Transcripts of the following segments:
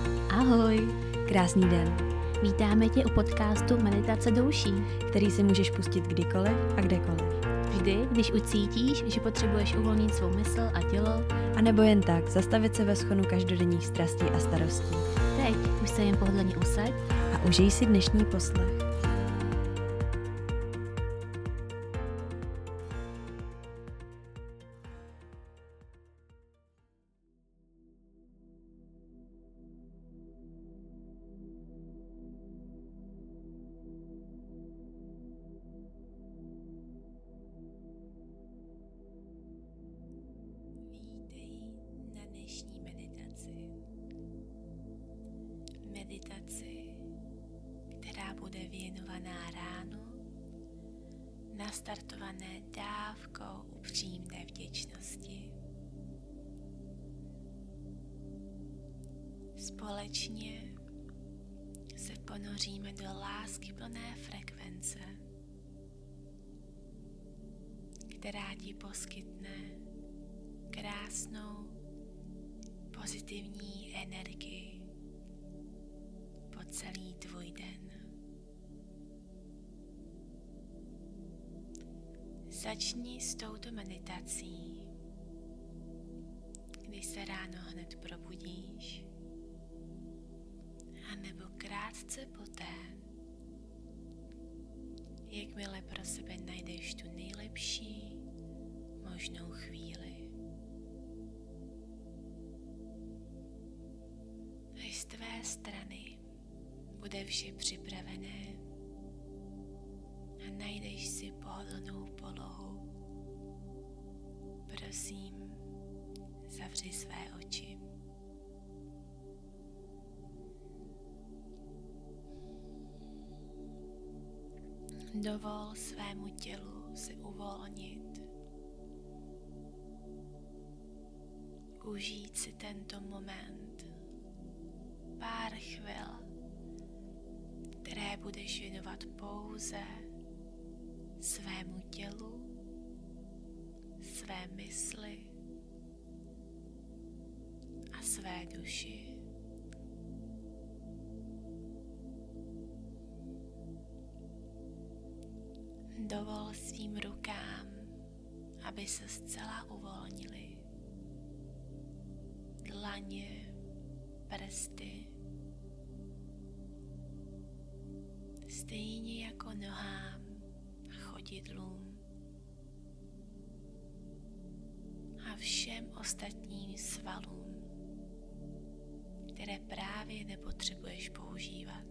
Ahoj, Krásný den, vítáme tě u podcastu Meditace douší. který si můžeš pustit kdykoliv a kdekoliv. Vždy, když ucítíš, že potřebuješ uvolnit svou mysl a tělo, A nebo jen tak, zastavit se ve schonu každodenních strastí a starostí. teď už se jen pohodlně usaď A užij si dnešní poslech. Vítej na dnešní meditaci. Meditaci, která bude věnovaná ránu, nastartované dávkou upřímné vděčnosti. Společně se ponoříme do láskyplné frekvence, která ti poskytne krásnou, pozitivní energii po celý tvůj den. Začni s touto meditací, když se ráno hned probudíš, anebo krátce poté, jakmile pro sebe najdeš tu nejlepší možnou chvíli. Z tvé strany bude vše připravené a najdeš si pohodlnou polohu. Prosím, zavři své oči. Dovol svému tělu se uvolnit. Užít si tento moment, pár chvil, které budeš věnovat pouze svému tělu, své mysli a své duši. Dovol svým rukám, aby se zcela uvolnily. Dlaně, prsty, stejně jako nohám a chodidlům a všem ostatním svalům, které právě nepotřebuješ používat.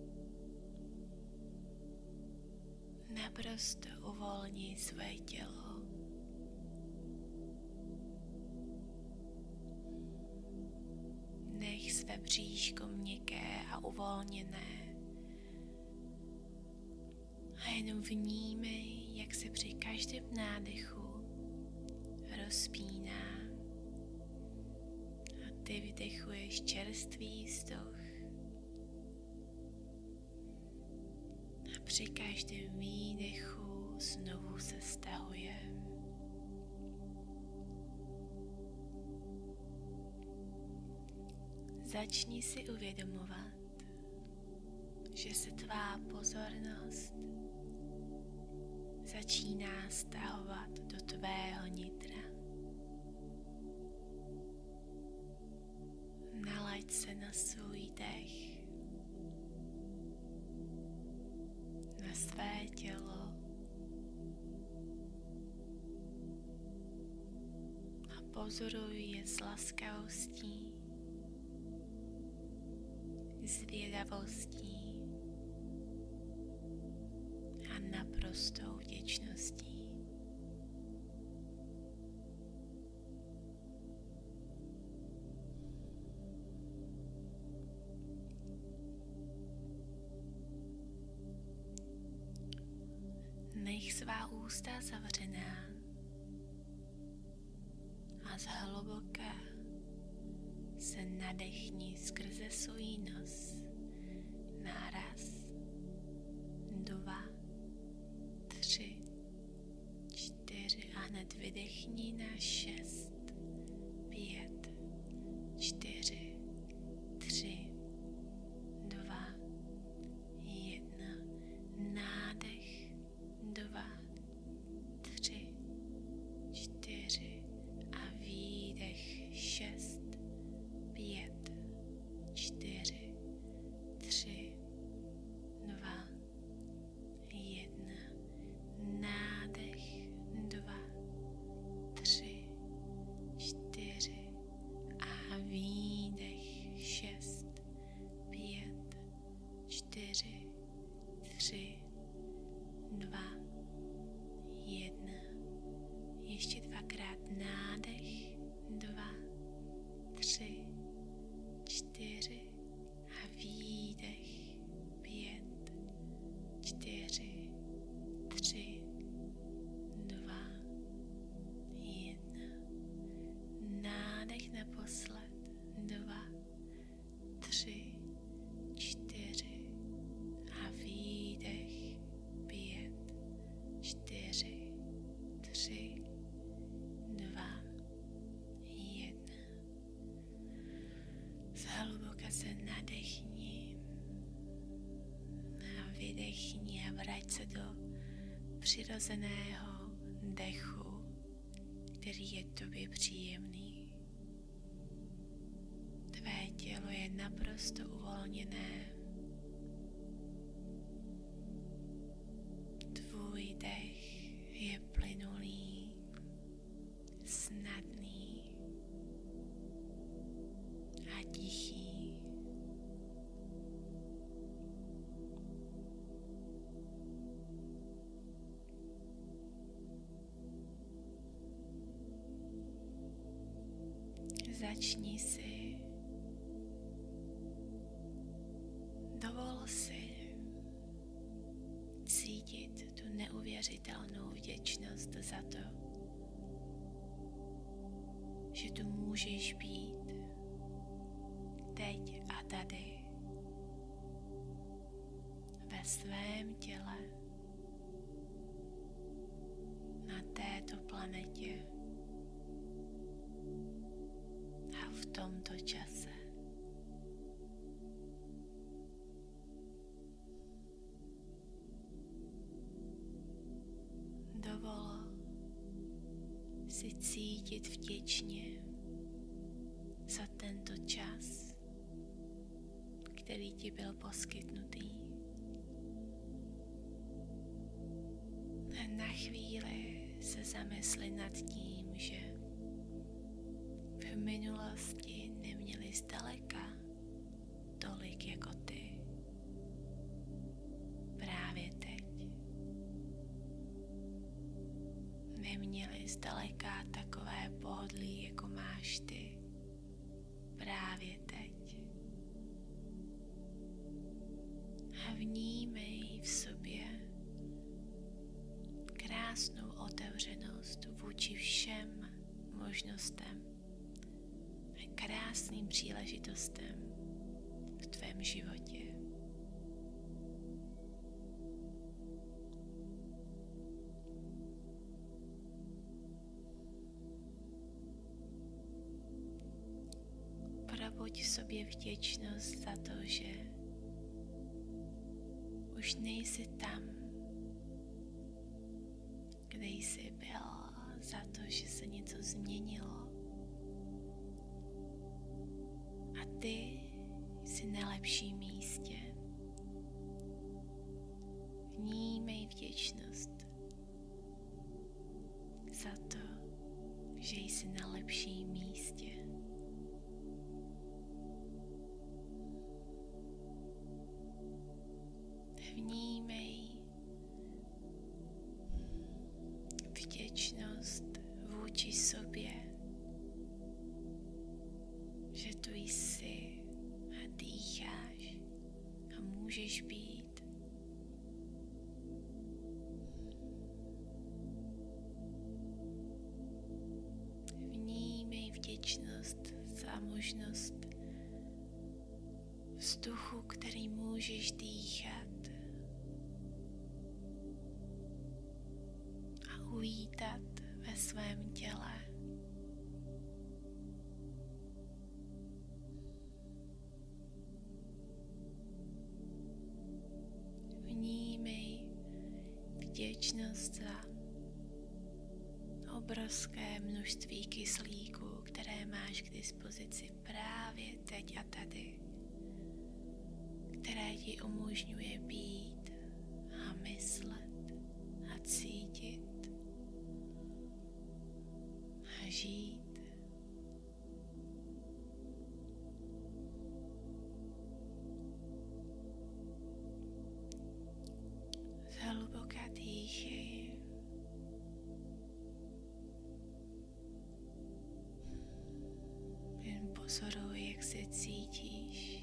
Naprosto uvolni své tělo. Nech své bříško měkké a uvolněné a jenom vnímej, jak se při každém nádechu rozpíná a ty vydechuješ čerstvý vzduch a při každém výdechu znovu se stahuje. Začni si uvědomovat, že se tvá pozornost začíná stahovat do tvého nitra. Nalaď se na svůj dech, na své tělo a pozoruj je s laskavostí, zvědavostí a naprostou vděčností. Nech svá ústa zavřená a zhluboka se nadechni skrze svůj nos. Náraz, 2, 3, 4 a hned vydechni na 6, 5, 4, 3, 3, 2, 1. Ještě dvakrát nádech, 2, 3, 4 a výdech, 5, 4, 3, 2, 1. Nádech naposled, 2, 3, 4 a výdech, 5, 4, 3, 2, 1. Zhluboka se nadechni a vydechni a vrať se do přirozeného dechu, který je tobě příjemný. Tvé tělo je naprosto uvolněné. Tvůj dech je plynulý, snadný a tichý. Začni si, dovol si cítit tu neuvěřitelnou vděčnost za to, že tu můžeš být teď a tady ve svém těle na této planetě a v tomto čase. Dovol si cítit vděčně za tento čas, který ti byl poskytnutý. A na chvíli se zamysli nad tím, že v minulosti neměli zdaleka tolik jako ty. Právě teď neměli zdaleka takové pohodlí, jako máš ty. Právě teď. A vnímej v sobě krásnou otevřenost vůči všem možnostem a krásným příležitostem v tvém životě. Probuď v sobě vděčnost za to, že už nejsi tam, kde jsi byl, za to, že se něco změnilo. A ty jsi na lepším místě. Vnímej vděčnost za to, že jsi na lepším místě. Vnímej vděčnost vůči sobě, že tu jsi a dýcháš a můžeš být. Vnímej vděčnost za možnost vzduchu, který můžeš dýchat, a uvítat ve svém těle. Vnímej vděčnost za obrovské množství kyslíku, které máš k dispozici právě teď a tady, které ti umožňuje být a myslet a cítit a žít. výdechy. Jen pozoruj, jak se cítíš.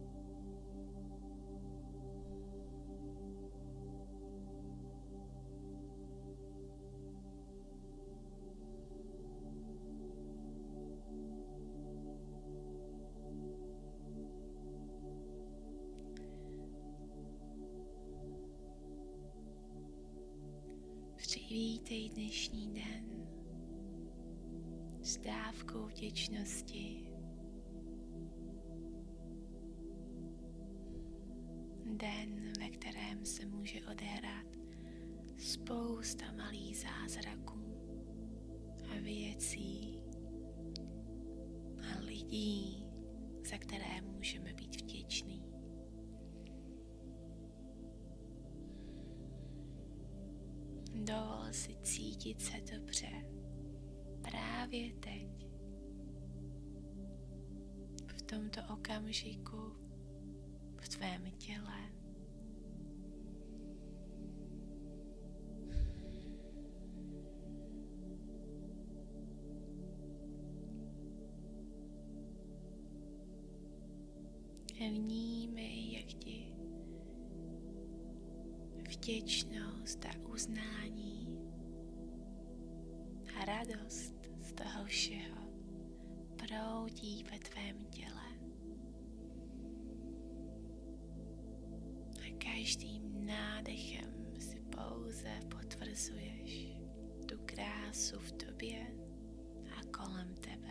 Přivítej dnešní den s dávkou vděčnosti. Den, ve kterém se může odehrát spousta malých zázraků a věcí a lidí, za které můžeme být vděční. Dovol si cítit se dobře právě teď, v tomto okamžiku, v tvém těle. Vnímej, jak ti vděčnost a uznání a radost z toho všeho proudí ve tvém těle. A každým nádechem si pouze potvrzuješ tu krásu v tobě a kolem tebe.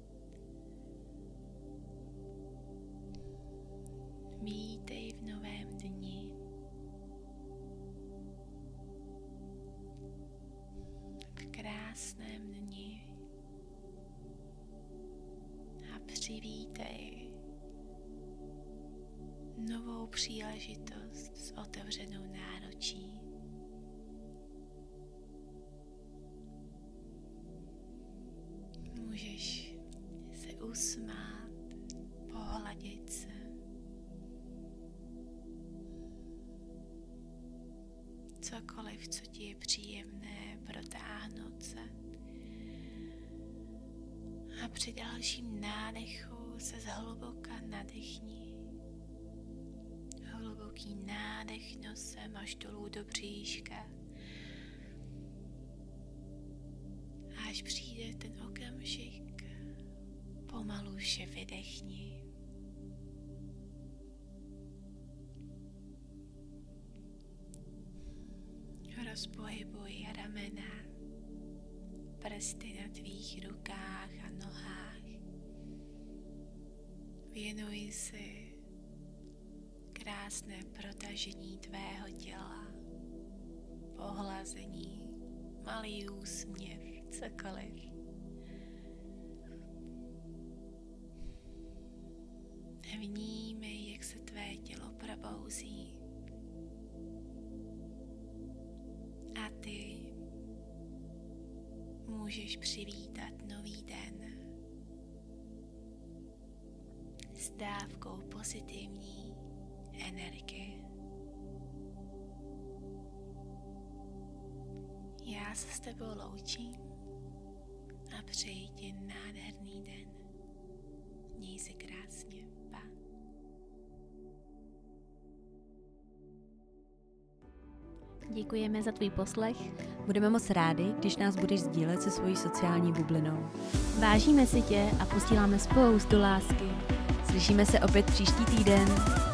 Vítej v novém dni. V krásném dni. A přivítej novou příležitost s otevřenou náručí. Můžeš se usmát, pohladit se. Cokoliv, co ti je příjemné, protáhnout se. A při dalším nádechu se zhluboka nadechni. Hluboký nádech nosem až dolů do bříška. A až přijde ten okamžik, pomalu vše vydechni. Rozpohybuj ramena, prsty na tvých rukách a nohách. Věnuj si krásné protažení tvého těla, pohlazení, malý úsměv, cokoliv. Vnímej, jak se tvé tělo probouzí. A ty můžeš přivítat nový den s dávkou pozitivní energie. Já se s tebou loučím a přeji ti nádherný den. Měj se krásně. Pa. Děkujeme za tvůj poslech. Budeme moc rádi, když nás budeš sdílet se svojí sociální bublinou. Vážíme si tě a posíláme spoustu lásky. Slyšíme se opět příští týden.